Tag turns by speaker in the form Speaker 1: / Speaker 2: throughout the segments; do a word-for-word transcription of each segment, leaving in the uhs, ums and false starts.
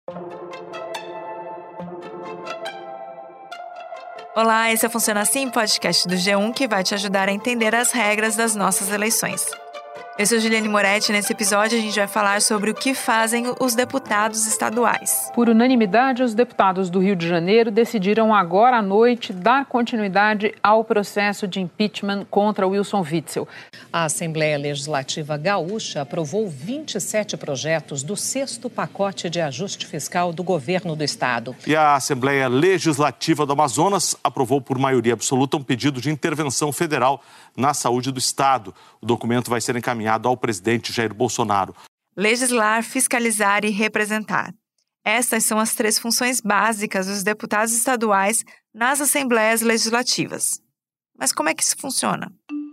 Speaker 1: Olá, esse é o Funciona Assim, podcast do G um, que vai te ajudar a entender as regras das nossas eleições. Eu sou Juliane Moretti e nesse episódio a gente vai falar sobre o que fazem os deputados estaduais.
Speaker 2: Por unanimidade, os deputados do Rio de Janeiro decidiram agora à noite dar continuidade ao processo de impeachment contra Wilson Witzel.
Speaker 3: A Assembleia Legislativa Gaúcha aprovou vinte e sete projetos do sexto pacote de ajuste fiscal do governo do estado.
Speaker 4: E a Assembleia Legislativa do Amazonas aprovou por maioria absoluta um pedido de intervenção federal na saúde do estado. O documento vai ser encaminhado ao presidente Jair Bolsonaro.
Speaker 1: Legislar, fiscalizar e representar. Essas são as três funções básicas dos deputados estaduais nas assembleias legislativas. Mas como é que isso funciona?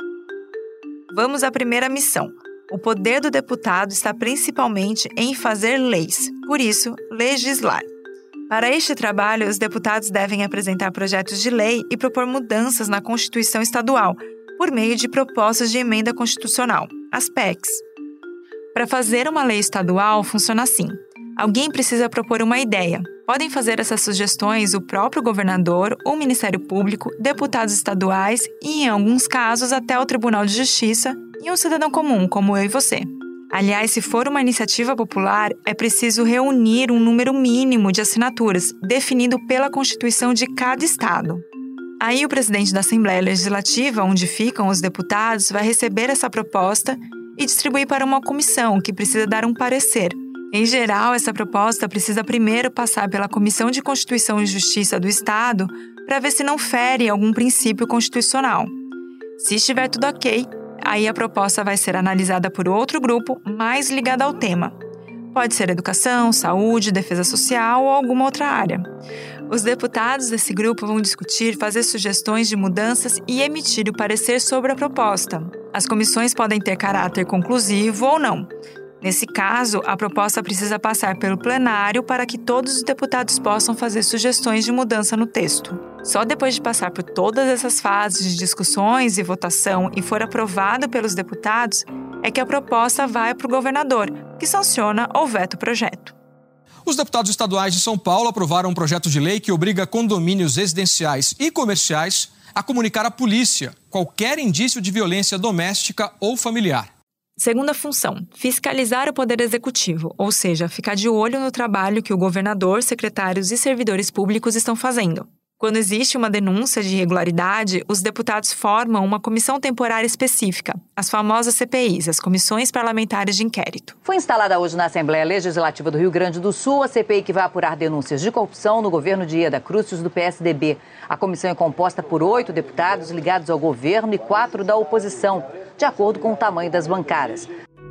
Speaker 1: Vamos à primeira missão. O poder do deputado está principalmente em fazer leis, por isso, legislar. Para este trabalho, os deputados devem apresentar projetos de lei e propor mudanças na Constituição Estadual, por meio de propostas de emenda constitucional, as P E Cs. Para fazer uma lei estadual, funciona assim. Alguém precisa propor uma ideia. Podem fazer essas sugestões o próprio governador, o Ministério Público, deputados estaduais e, em alguns casos, até o Tribunal de Justiça e um cidadão comum, como eu e você. Aliás, se for uma iniciativa popular, é preciso reunir um número mínimo de assinaturas, definido pela Constituição de cada estado. Aí o presidente da Assembleia Legislativa, onde ficam os deputados, vai receber essa proposta e distribuir para uma comissão, que precisa dar um parecer. Em geral, essa proposta precisa primeiro passar pela Comissão de Constituição e Justiça do Estado para ver se não fere algum princípio constitucional. Se estiver tudo ok, aí a proposta vai ser analisada por outro grupo mais ligado ao tema. Pode ser educação, saúde, defesa social ou alguma outra área. Os deputados desse grupo vão discutir, fazer sugestões de mudanças e emitir o parecer sobre a proposta. As comissões podem ter caráter conclusivo ou não. Nesse caso, a proposta precisa passar pelo plenário para que todos os deputados possam fazer sugestões de mudança no texto. Só depois de passar por todas essas fases de discussões e votação e for aprovado pelos deputados, é que a proposta vai para o governador, que sanciona ou veta o projeto.
Speaker 5: Os deputados estaduais de São Paulo aprovaram um projeto de lei que obriga condomínios residenciais e comerciais a comunicar à polícia qualquer indício de violência doméstica ou familiar.
Speaker 1: Segunda função, fiscalizar o Poder Executivo, ou seja, ficar de olho no trabalho que o governador, secretários e servidores públicos estão fazendo. Quando existe uma denúncia de irregularidade, os deputados formam uma comissão temporária específica, as famosas C P Is, as Comissões Parlamentares de Inquérito.
Speaker 6: Foi instalada hoje na Assembleia Legislativa do Rio Grande do Sul a C P I que vai apurar denúncias de corrupção no governo de Ieda Crucis do P S D B. A comissão é composta por oito deputados ligados ao governo e quatro da oposição, de acordo com o tamanho das bancadas.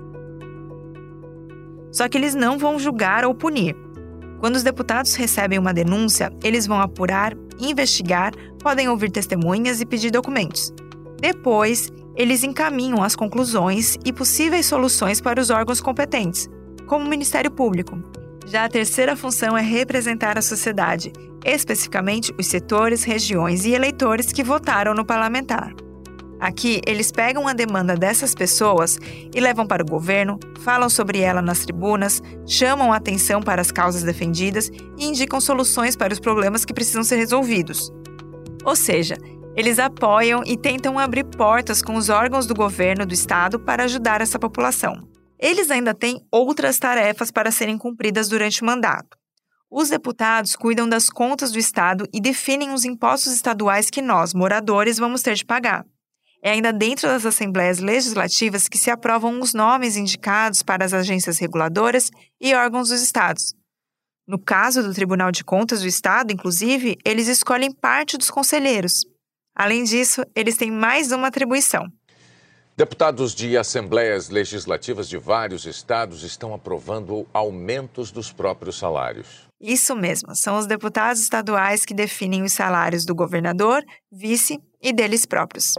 Speaker 1: Só que eles não vão julgar ou punir. Quando os deputados recebem uma denúncia, eles vão apurar, investigar, podem ouvir testemunhas e pedir documentos. Depois, eles encaminham as conclusões e possíveis soluções para os órgãos competentes, como o Ministério Público. Já a terceira função é representar a sociedade, especificamente os setores, regiões e eleitores que votaram no parlamentar. Aqui, eles pegam a demanda dessas pessoas e levam para o governo, falam sobre ela nas tribunas, chamam a atenção para as causas defendidas e indicam soluções para os problemas que precisam ser resolvidos. Ou seja, eles apoiam e tentam abrir portas com os órgãos do governo do estado para ajudar essa população. Eles ainda têm outras tarefas para serem cumpridas durante o mandato. Os deputados cuidam das contas do estado e definem os impostos estaduais que nós, moradores, vamos ter de pagar. É ainda dentro das assembleias legislativas que se aprovam os nomes indicados para as agências reguladoras e órgãos dos estados. No caso do Tribunal de Contas do Estado, inclusive, eles escolhem parte dos conselheiros. Além disso, eles têm mais uma atribuição.
Speaker 7: Deputados de assembleias legislativas de vários estados estão aprovando aumentos dos próprios salários.
Speaker 1: Isso mesmo, são os deputados estaduais que definem os salários do governador, vice e deles próprios.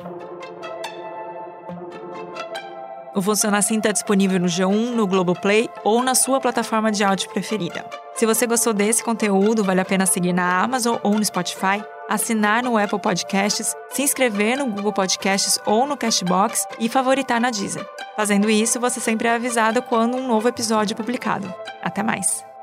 Speaker 1: O Funciona Assim está disponível no G um, no Globoplay ou na sua plataforma de áudio preferida. Se você gostou desse conteúdo, vale a pena seguir na Amazon ou no Spotify, assinar no Apple Podcasts, se inscrever no Google Podcasts ou no Castbox e favoritar na Deezer. Fazendo isso, você sempre é avisado quando um novo episódio é publicado. Até mais!